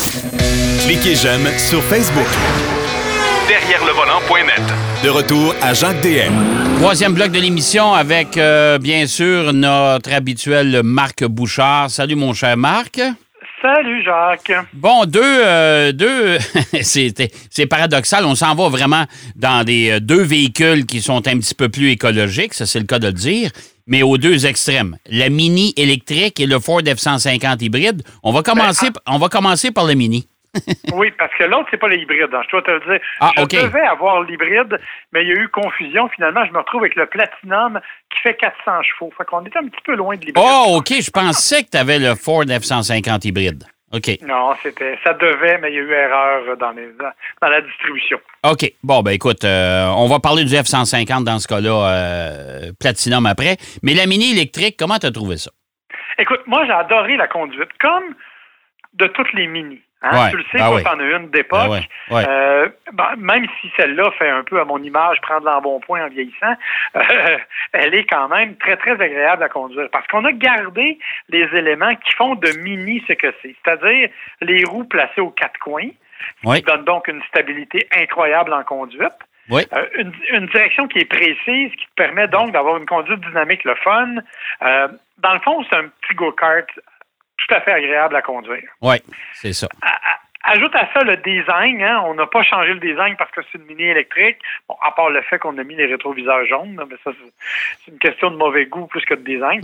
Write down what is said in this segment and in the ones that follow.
Cliquez j'aime sur Facebook. Derrière le volant.net. De retour à Jacques DM. Troisième bloc de l'émission avec, bien sûr, notre habituel Marc Bouchard. Salut, mon cher Marc. Salut, Jacques. Bon, c'est paradoxal. On s'en va vraiment dans des deux véhicules qui sont un petit peu plus écologiques, ça c'est le cas de le dire, mais aux deux extrêmes. La Mini électrique et le Ford F-150 hybride. On va commencer par le Mini. Oui, parce que l'autre, c'est pas le hybride. Hein. Je dois te le dire. Je devais avoir l'hybride, mais il y a eu confusion. Finalement, je me retrouve avec le Platinum qui fait 400 chevaux. Fait qu'on était un petit peu loin de l'hybride. Oh, OK. Je pensais que tu avais le Ford F-150 hybride. OK. Non, ça devait, mais il y a eu erreur dans la distribution. OK. Bon, ben écoute, on va parler du F-150 dans ce cas-là, Platinum après. Mais la Mini électrique, comment tu as trouvé ça? Écoute, moi, j'ai adoré la conduite, comme de toutes les Mini. Hein? Ouais, tu le sais, toi, t'en as une d'époque. Même si celle-là fait un peu à mon image prendre l'embonpoint en vieillissant, elle est quand même très, très agréable à conduire. Parce qu'on a gardé les éléments qui font de Mini ce que c'est. C'est-à-dire les roues placées aux quatre coins, qui donnent donc une stabilité incroyable en conduite. Oui. Une direction qui est précise, qui te permet donc d'avoir une conduite dynamique, le fun. Dans le fond, c'est un petit go-kart tout à fait agréable à conduire. Oui, c'est ça. Ajoute à ça le design. Hein? On n'a pas changé le design parce que c'est une Mini électrique. Bon, à part le fait qu'on a mis les rétroviseurs jaunes, mais ça, c'est une question de mauvais goût plus que de design.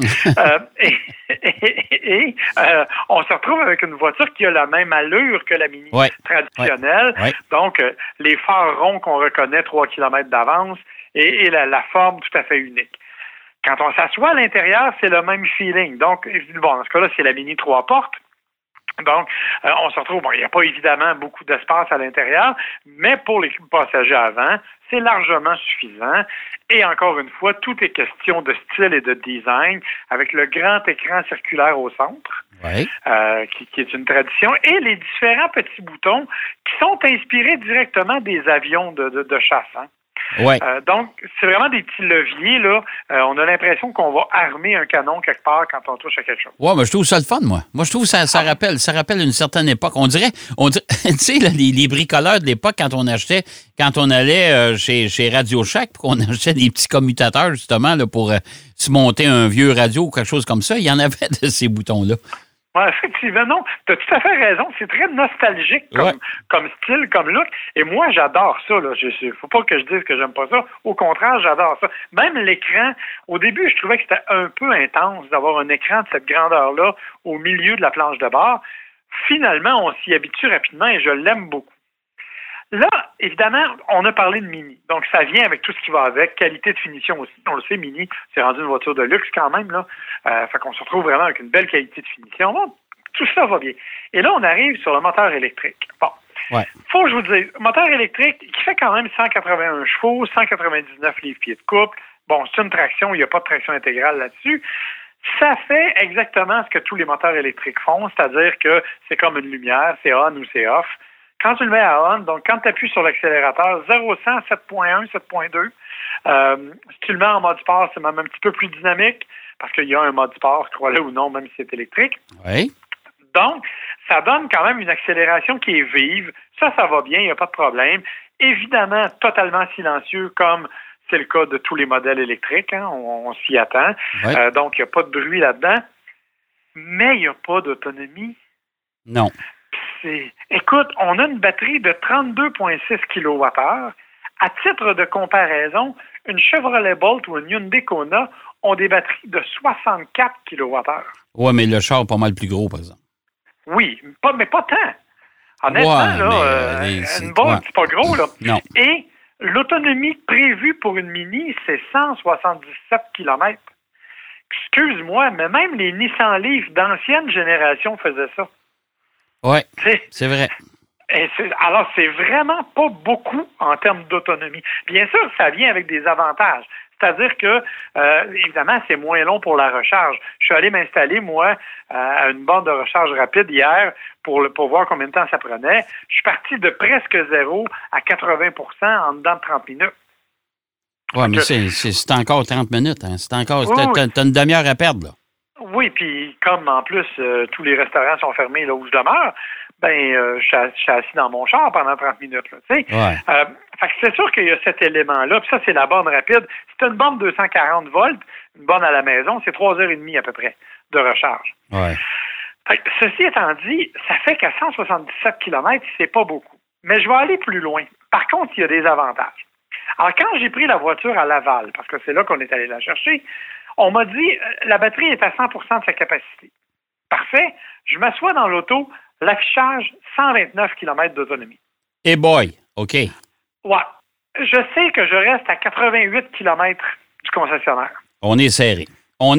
On se retrouve avec une voiture qui a la même allure que la Mini traditionnelle. Ouais. Donc, les phares ronds qu'on reconnaît 3 km d'avance et la forme tout à fait unique. Quand on s'assoit à l'intérieur, c'est le même feeling. Donc, bon, dans ce cas-là, c'est la Mini 3 portes. Donc, on se retrouve, il n'y a pas évidemment beaucoup d'espace à l'intérieur, mais pour les passagers avant, c'est largement suffisant. Et encore une fois, tout est question de style et de design, avec le grand écran circulaire au centre, qui est une tradition, et les différents petits boutons qui sont inspirés directement des avions de chasse. Hein. Ouais. Donc, c'est vraiment des petits leviers, là. On a l'impression qu'on va armer un canon quelque part quand on touche à quelque chose. Ouais, mais je trouve ça le fun, moi. Moi, je trouve que ça rappelle une certaine époque. On dirait tu sais, les bricoleurs de l'époque, quand on allait chez Radio Shack, qu'on achetait des petits commutateurs, justement, là, pour se monter un vieux radio ou quelque chose comme ça, il y en avait de ces boutons-là. Oui, effectivement, non. Tu as tout à fait raison. C'est très nostalgique comme style, comme look. Et moi, j'adore ça. Il ne faut pas que je dise que j'aime pas ça. Au contraire, j'adore ça. Même l'écran, au début, je trouvais que c'était un peu intense d'avoir un écran de cette grandeur-là au milieu de la planche de bord. Finalement, on s'y habitue rapidement et je l'aime beaucoup. Là, évidemment, on a parlé de Mini. Donc, ça vient avec tout ce qui va avec. Qualité de finition aussi. On le sait, Mini, c'est rendu une voiture de luxe quand même, là. Fait qu'on se retrouve vraiment avec une belle qualité de finition. Bon, tout ça va bien. Et là, on arrive sur le moteur électrique. Bon. Faut que je vous dise, moteur électrique qui fait quand même 181 chevaux, 199 livres-pieds de couple. Bon, c'est une traction, il n'y a pas de traction intégrale là-dessus. Ça fait exactement ce que tous les moteurs électriques font, c'est-à-dire que c'est comme une lumière, c'est on ou c'est off. Quand tu le mets à on, donc quand tu appuies sur l'accélérateur, 0-100, 7.1, 7.2. Si tu le mets en mode sport, c'est même un petit peu plus dynamique parce qu'il y a un mode sport, crois-le ou non, même si c'est électrique. Oui. Donc, ça donne quand même une accélération qui est vive. Ça va bien, il n'y a pas de problème. Évidemment, totalement silencieux comme c'est le cas de tous les modèles électriques. Hein, on s'y attend. Ouais. Donc, il n'y a pas de bruit là-dedans. Mais il n'y a pas d'autonomie. Non. Écoute, on a une batterie de 32,6 kWh. À titre de comparaison, une Chevrolet Bolt ou une Hyundai Kona ont des batteries de 64 kWh. Oui, mais le char est pas mal plus gros, par exemple. Oui, mais pas tant. Honnêtement, une Bolt, c'est pas gros, là. Non. Et l'autonomie prévue pour une Mini, c'est 177 km. Excuse-moi, mais même les Nissan Leaf d'ancienne génération faisaient ça. Oui, c'est vrai. Alors, c'est vraiment pas beaucoup en termes d'autonomie. Bien sûr, ça vient avec des avantages. C'est-à-dire que, évidemment, c'est moins long pour la recharge. Je suis allé m'installer, moi, à une borne de recharge rapide hier pour voir combien de temps ça prenait. Je suis parti de presque 0 à 80% en dedans de 30 minutes. Oui, mais c'est encore 30 minutes. Hein. C'est encore. T'as une demi-heure à perdre, là. Oui, puis comme en plus tous les restaurants sont fermés là où je demeure, je suis assis dans mon char pendant 30 minutes. Là, tu sais. Ouais. Fait que c'est sûr qu'il y a cet élément-là. Puis ça, c'est la borne rapide. C'est une borne 240 volts, une borne à la maison, c'est 3h30 à peu près de recharge. Ouais. Fait que, ceci étant dit, ça fait qu'à 177 km, c'est pas beaucoup. Mais je vais aller plus loin. Par contre, il y a des avantages. Alors, quand j'ai pris la voiture à Laval, parce que c'est là qu'on est allé la chercher, on m'a dit la batterie est à 100 de sa capacité. Parfait. Je m'assois dans l'auto, l'affichage 129 km d'autonomie. Eh boy, OK. Ouais. Je sais que je reste à 88 km du concessionnaire. On est serré.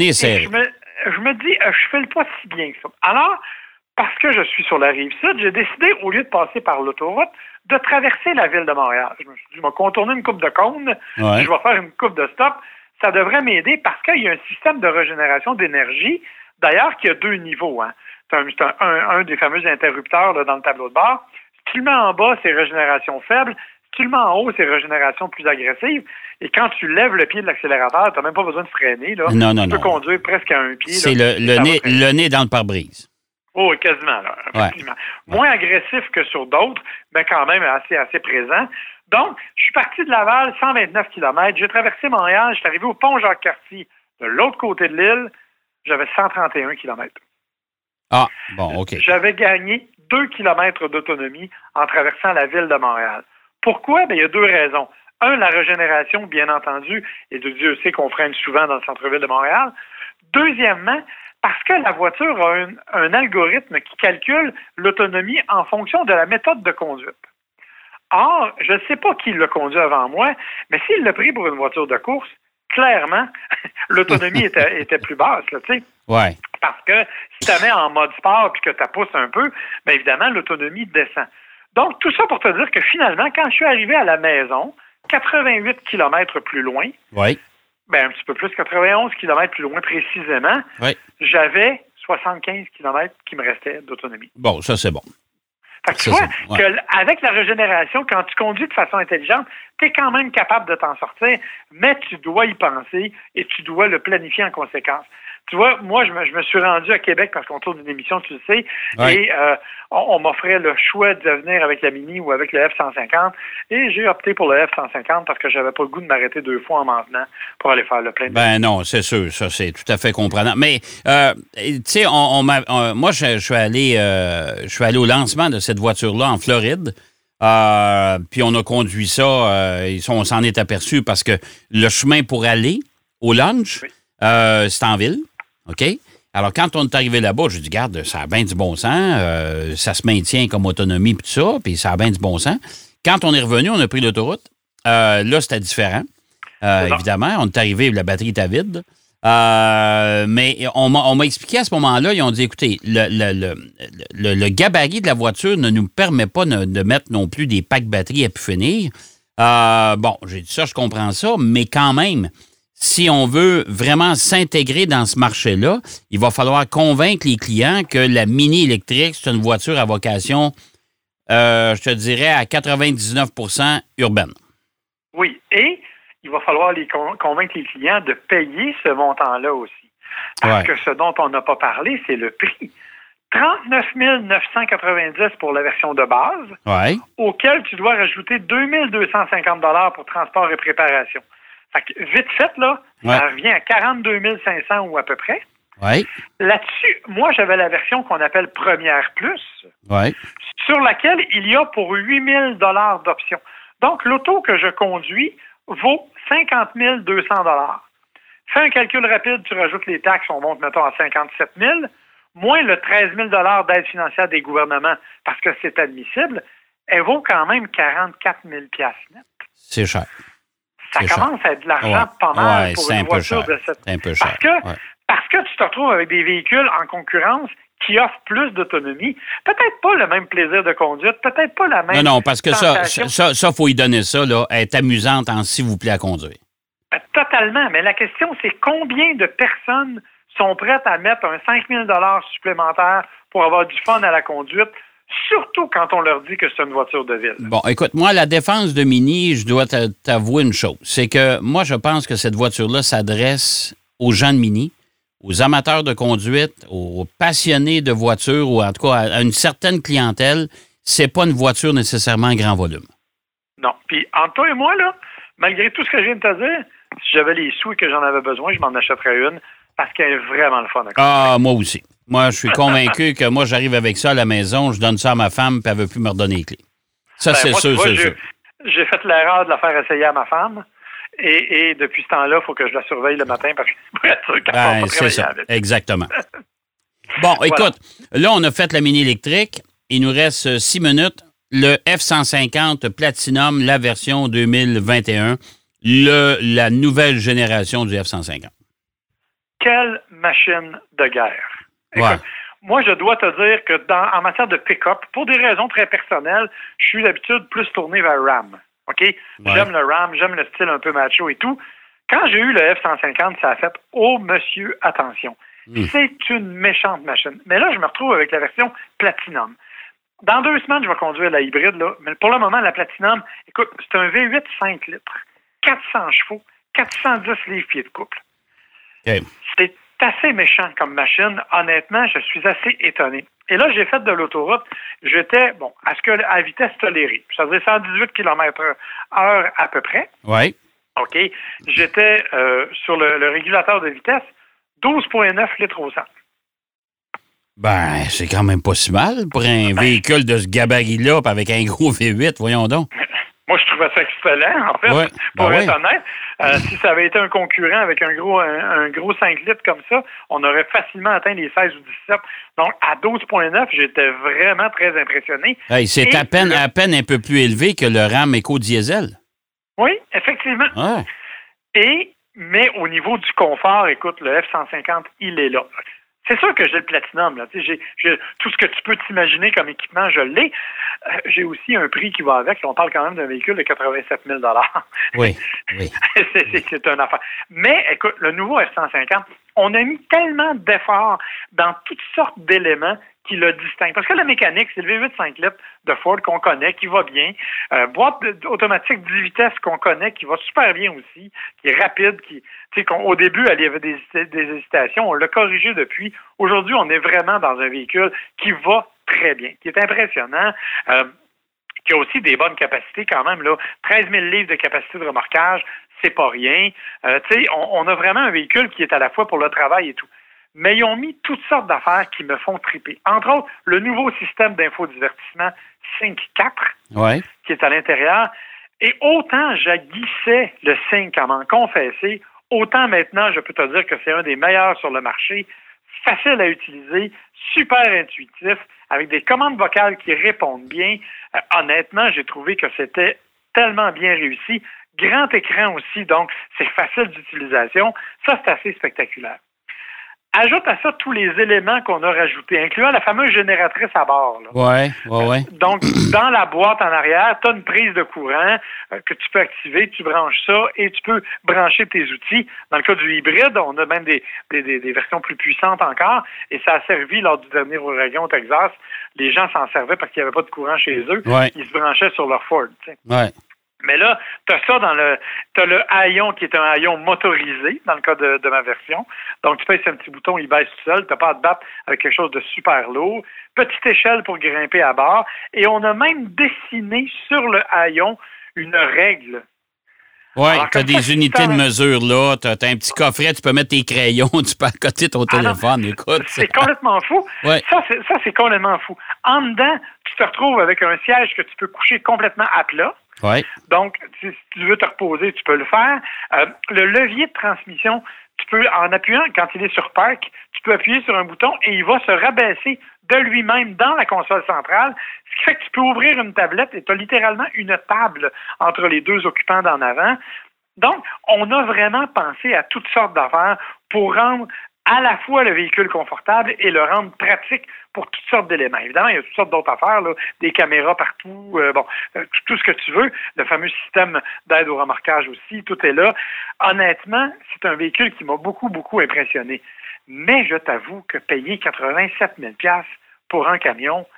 Je me dis, je file pas si bien que ça. Alors, parce que je suis sur la rive sud, j'ai décidé, au lieu de passer par l'autoroute, de traverser la ville de Montréal. Je me suis dit, je vais contourner une coupe de cônes, je vais faire une coupe de stop. Ça devrait m'aider parce qu'il y a un système de régénération d'énergie, d'ailleurs, qui a 2 niveaux. Hein. C'est un des fameux interrupteurs là, dans le tableau de bord. Si tu le mets en bas, c'est régénération faible. Si tu le mets en haut, c'est régénération plus agressive. Et quand tu lèves le pied de l'accélérateur, tu n'as même pas besoin de freiner. Là. Tu peux conduire presque à un pied. C'est le nez dans le pare-brise. Oh, quasiment, là, effectivement. Ouais. Moins agressif que sur d'autres, mais quand même assez présent. Donc, je suis parti de Laval, 129 km. J'ai traversé Montréal, je suis arrivé au pont Jacques-Cartier. De l'autre côté de l'île, j'avais 131 km. Ah, bon, OK. J'avais gagné 2 km d'autonomie en traversant la ville de Montréal. Pourquoi? Bien, il y a 2 raisons. Un, la régénération, bien entendu, et de Dieu sait qu'on freine souvent dans le centre-ville de Montréal. Deuxièmement, parce que la voiture a un algorithme qui calcule l'autonomie en fonction de la méthode de conduite. Or, je ne sais pas qui l'a conduit avant moi, mais s'il l'a pris pour une voiture de course, clairement, l'autonomie était plus basse, tu sais. Ouais. Parce que si tu la mets en mode sport et que tu pousses un peu, bien évidemment, l'autonomie descend. Donc, tout ça pour te dire que finalement, quand je suis arrivé à la maison, 88 km plus loin, ouais. Un petit peu plus, 91 km plus loin précisément, j'avais 75 km qui me restait d'autonomie. Bon, ça, c'est bon. Fait que tu vois qu'avec la régénération, quand tu conduis de façon intelligente, tu es quand même capable de t'en sortir, mais tu dois y penser et tu dois le planifier en conséquence. Tu vois, moi, je me suis rendu à Québec parce qu'on tourne une émission, tu le sais, et on m'offrait le choix de venir avec la Mini ou avec le F-150, et j'ai opté pour le F-150 parce que j'avais pas le goût de m'arrêter 2 fois en m'en venant pour aller faire le plein de... Ben non, c'est sûr, ça, c'est tout à fait comprenable. Mais, tu sais, moi, je suis allé au lancement de cette voiture-là en Floride. Puis on a conduit ça, on s'en est aperçu parce que le chemin pour aller au lunch, c'est en ville. OK? Alors, quand on est arrivé là-bas, j'ai dit, garde, ça a bien du bon sens, ça se maintient comme autonomie, puis tout ça, puis ça a bien du bon sens. Quand on est revenu, on a pris l'autoroute. Là, c'était différent. Évidemment, on est arrivé, la batterie était vide. Mais on m'a expliqué à ce moment-là, ils ont dit, écoutez, le gabarit de la voiture ne nous permet pas de mettre non plus des packs batterie à pu finir. Bon, j'ai dit ça, je comprends ça, mais quand même, si on veut vraiment s'intégrer dans ce marché-là, il va falloir convaincre les clients que la Mini électrique, c'est une voiture à vocation, je te dirais, à 99 % urbaine. Oui, et il va falloir convaincre les clients de payer ce montant-là aussi. Parce que ce dont on n'a pas parlé, c'est le prix. 39 990 pour la version de base, auquel tu dois rajouter 2 250 $ pour transport et préparation. Fait que, vite fait, là, ça revient à 42 500 ou à peu près. Là-dessus, moi, j'avais la version qu'on appelle Première Plus, sur laquelle il y a pour 8 000 $ d'options. Donc, l'auto que je conduis vaut 50 200 $. Fais un calcul rapide, tu rajoutes les taxes, on monte, mettons, à 57 000, moins le 13 000 $ d'aide financière des gouvernements, parce que c'est admissible, elle vaut quand même 44 000 $ net. C'est cher. Ça commence à être de l'argent pas mal pour une voiture de cette... C'est un peu cher. Parce que tu te retrouves avec des véhicules en concurrence qui offrent plus d'autonomie. Peut-être pas le même plaisir de conduite, peut-être pas la même... Non, parce que ça, faut y donner ça, là, être amusante en s'il vous plaît à conduire. Totalement, mais la question, c'est combien de personnes sont prêtes à mettre un 5 000 $ supplémentaire pour avoir du fun à la conduite, surtout quand on leur dit que c'est une voiture de ville. Bon, écoute, moi, la défense de Mini, je dois t'avouer une chose. C'est que moi, je pense que cette voiture-là s'adresse aux gens de Mini aux amateurs de conduite, aux passionnés de voitures, ou en tout cas à une certaine clientèle, c'est pas une voiture nécessairement grand volume. Non. Puis, entre toi et moi, là, malgré tout ce que je viens de te dire, si j'avais les sous et que j'en avais besoin, je m'en achèterais une parce qu'elle est vraiment le fun. Moi aussi. Moi, je suis convaincu que moi, j'arrive avec ça à la maison, je donne ça à ma femme, puis elle veut plus me redonner les clés. Ça, c'est moi, sûr, c'est sûr. J'ai fait l'erreur de la faire essayer à ma femme. Et depuis ce temps-là, il faut que je la surveille le matin parce que c'est ça, exactement. Bon, écoute, là, on a fait la mini électrique. Il nous reste 6 minutes. Le F-150 Platinum, la version 2021, la nouvelle génération du F-150. Quelle machine de guerre. Ouais. Écoute, moi, je dois te dire que en matière de pick-up, pour des raisons très personnelles, je suis d'habitude plus tourné vers Ram. OK? Ouais. J'aime le Ram, j'aime le style un peu macho et tout. Quand j'ai eu le F-150, ça a fait « Oh, monsieur, attention! C'est une méchante machine. » Mais là, je me retrouve avec la version Platinum. Dans 2 semaines, je vais conduire la hybride, là. Mais pour le moment, la Platinum, écoute, c'est un V8 5 litres, 400 chevaux, 410 livres-pieds de couple. Okay. C'est assez méchant comme machine. Honnêtement, je suis assez étonné. Et là, j'ai fait de l'autoroute. J'étais, à vitesse tolérée. Ça veut dire 118 km/h à peu près. Oui. OK. J'étais sur le régulateur de vitesse, 12,9 litres au 100. Ben, c'est quand même pas si mal pour un véhicule de ce gabarit-là, avec un gros V8, voyons donc. Moi, je trouvais ça excellent, en fait, pour être honnête. Si ça avait été un concurrent avec un gros 5 litres comme ça, on aurait facilement atteint les 16 ou 17. Donc, à 12,9, j'étais vraiment très impressionné. Hey, c'est à peine un peu plus élevé que le Ram EcoDiesel. Oui, effectivement. Ouais. Mais au niveau du confort, écoute, le F-150, il est là. C'est sûr que j'ai le Platinum. Là. J'ai tout ce que tu peux t'imaginer comme équipement, je l'ai. J'ai aussi un prix qui va avec. On parle quand même d'un véhicule de 87 000 Oui. C'est une affaire. Mais, écoute, le nouveau F-150, on a mis tellement d'efforts dans toutes sortes d'éléments qui le distinguent. Parce que la mécanique, c'est le V8 5 litres de Ford qu'on connaît, qui va bien. Boîte automatique 10 vitesses qu'on connaît, qui va super bien aussi, qui est rapide, au début, il y avait des hésitations. On l'a corrigé depuis. Aujourd'hui, on est vraiment dans un véhicule qui va très bien, qui est impressionnant, qui a aussi des bonnes capacités quand même. Là, 13 000 livres de capacité de remorquage, c'est pas rien. On a vraiment un véhicule qui est à la fois pour le travail et tout. Mais ils ont mis toutes sortes d'affaires qui me font triper. Entre autres, le nouveau système d'infodivertissement Sync 4, qui est à l'intérieur. Et autant j'aguissais le Sync à m'en confesser, autant maintenant, je peux te dire que c'est un des meilleurs sur le marché. Facile à utiliser, super intuitif, avec des commandes vocales qui répondent bien. Honnêtement, j'ai trouvé que c'était tellement bien réussi. Grand écran aussi, donc c'est facile d'utilisation. Ça, c'est assez spectaculaire. Ajoute à ça tous les éléments qu'on a rajoutés, incluant la fameuse génératrice à bord. Oui. Donc, dans la boîte en arrière, tu as une prise de courant que tu peux activer, tu branches ça et tu peux brancher tes outils. Dans le cas du hybride, on a même des versions plus puissantes encore et ça a servi lors du dernier ouragan au Texas. Les gens s'en servaient parce qu'il n'y avait pas de courant chez eux. Ouais. Ils se branchaient sur leur Ford. Ouais. Mais là, tu as ça t'as le haillon qui est un haillon motorisé, dans le cas de ma version. Donc, tu pèses un petit bouton, il baisse tout seul. Tu n'as pas à te battre avec quelque chose de super lourd. Petite échelle pour grimper à bord. Et on a même dessiné sur le haillon une règle. Oui, tu as des unités de mesure là. Tu as un petit coffret, tu peux mettre tes crayons, tu peux accoter ton téléphone. Écoute. C'est complètement fou. Ouais. Ça, c'est complètement fou. En dedans, tu te retrouves avec un siège que tu peux coucher complètement à plat. Ouais. Donc, si tu veux te reposer, tu peux le faire. Le levier de transmission, tu peux, en appuyant, quand il est sur Park, tu peux appuyer sur un bouton et il va se rabaisser de lui-même dans la console centrale, ce qui fait que tu peux ouvrir une tablette et tu as littéralement une table entre les deux occupants d'en avant. Donc, on a vraiment pensé à toutes sortes d'affaires pour rendre à la fois le véhicule confortable et le rendre pratique pour toutes sortes d'éléments. Évidemment, il y a toutes sortes d'autres affaires, là, des caméras partout, tout ce que tu veux. Le fameux système d'aide au remorquage aussi, tout est là. Honnêtement, c'est un véhicule qui m'a beaucoup, beaucoup impressionné. Mais je t'avoue que payer 87 000 $ pour un camion,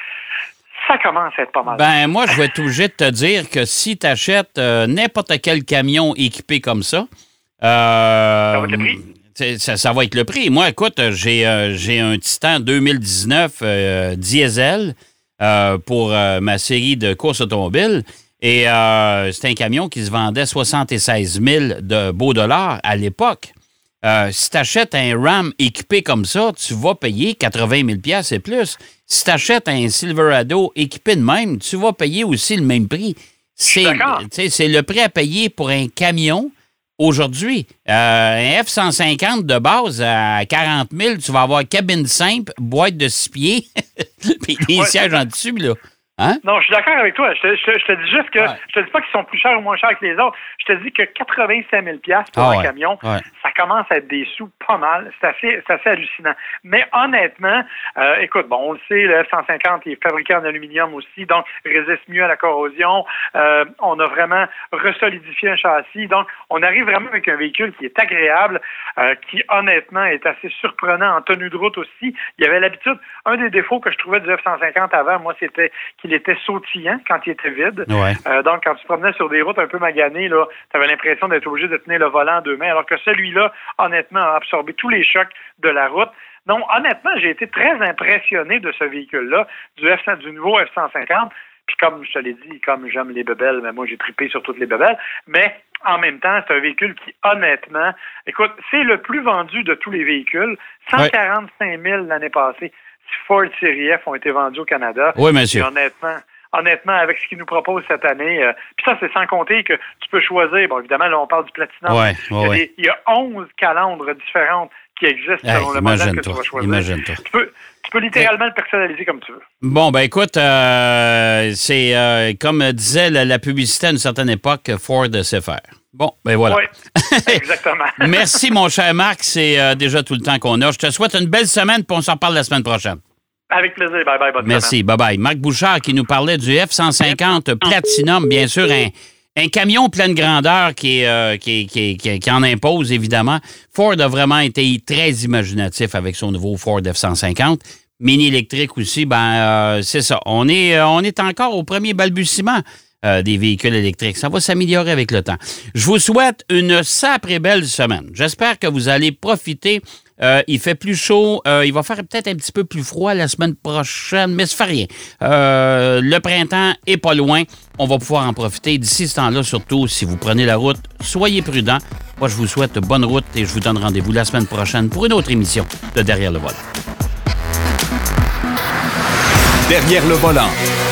ça commence à être pas mal. Ben, moi, je vais être obligé de te dire que si tu achètes n'importe quel camion équipé comme ça, va te prix? Ça va être le prix. Moi, écoute, j'ai un Titan 2019 diesel pour ma série de courses automobiles. Et c'est un camion qui se vendait 76 000 de beaux dollars à l'époque. Si tu achètes un Ram équipé comme ça, tu vas payer 80 000 $ et plus. Si tu achètes un Silverado équipé de même, tu vas payer aussi le même prix. C'est le prix à payer pour un camion aujourd'hui. Un F-150 de base à 40 000, tu vas avoir cabine simple, boîte de 6 pieds, puis des sièges en dessus, là. Hein? Non, je suis d'accord avec toi. Je te dis juste que je te dis pas qu'ils sont plus chers ou moins chers que les autres. Je te dis que 85 000 $ pour un camion, ça commence à être des sous pas mal. C'est assez hallucinant. Mais honnêtement, écoute, bon, on le sait, le F-150 il est fabriqué en aluminium aussi, donc résiste mieux à la corrosion. On a vraiment resolidifié un châssis. Donc, on arrive vraiment avec un véhicule qui est agréable, qui honnêtement est assez surprenant en tenue de route aussi. Il y avait l'habitude, un des défauts que je trouvais du F-150 avant, moi, c'était qu'il était sautillant quand il était vide. Ouais. Donc, quand tu te promenais sur des routes un peu maganées, là, tu avais l'impression d'être obligé de tenir le volant en 2 mains, alors que celui-là, honnêtement, a absorbé tous les chocs de la route. Donc, honnêtement, j'ai été très impressionné de ce véhicule-là, du nouveau F-150. Puis comme je te l'ai dit, comme j'aime les bebelles, mais moi, j'ai trippé sur toutes les bebelles. Mais en même temps, c'est un véhicule qui, honnêtement, écoute, c'est le plus vendu de tous les véhicules. 145 000 l'année passée. Ford Série F ont été vendus au Canada. Oui, monsieur. Et honnêtement, avec ce qu'ils nous proposent cette année, puis ça, c'est sans compter que tu peux choisir. Bon, évidemment, là, on parle du Platinum. Il y a 11 calandres différentes qui existent selon le modèle que tu vas choisir. Imagine-toi. Tu peux littéralement le personnaliser comme tu veux. Bon, ben écoute, c'est comme disait la publicité à une certaine époque, Ford sait faire. Bon, ben voilà. Oui, exactement. Merci, mon cher Marc. C'est déjà tout le temps qu'on a. Je te souhaite une belle semaine, puis on s'en reparle la semaine prochaine. Avec plaisir. Bye-bye. Bonne Merci. semaine. Bye-bye. Marc Bouchard qui nous parlait du F-150 Platinum, bien sûr, un camion pleine grandeur qui en impose, évidemment. Ford a vraiment été très imaginatif avec son nouveau Ford F-150. Mini électrique aussi, c'est ça. On est encore au premier balbutiement des véhicules électriques. Ça va s'améliorer avec le temps. Je vous souhaite une sacrée belle semaine. J'espère que vous allez profiter. Il fait plus chaud. Il va faire peut-être un petit peu plus froid la semaine prochaine, mais ça fait rien. Le printemps est pas loin. On va pouvoir en profiter. D'ici ce temps-là, surtout, si vous prenez la route, soyez prudents. Moi, je vous souhaite bonne route et je vous donne rendez-vous la semaine prochaine pour une autre émission de Derrière le volant. Derrière le volant.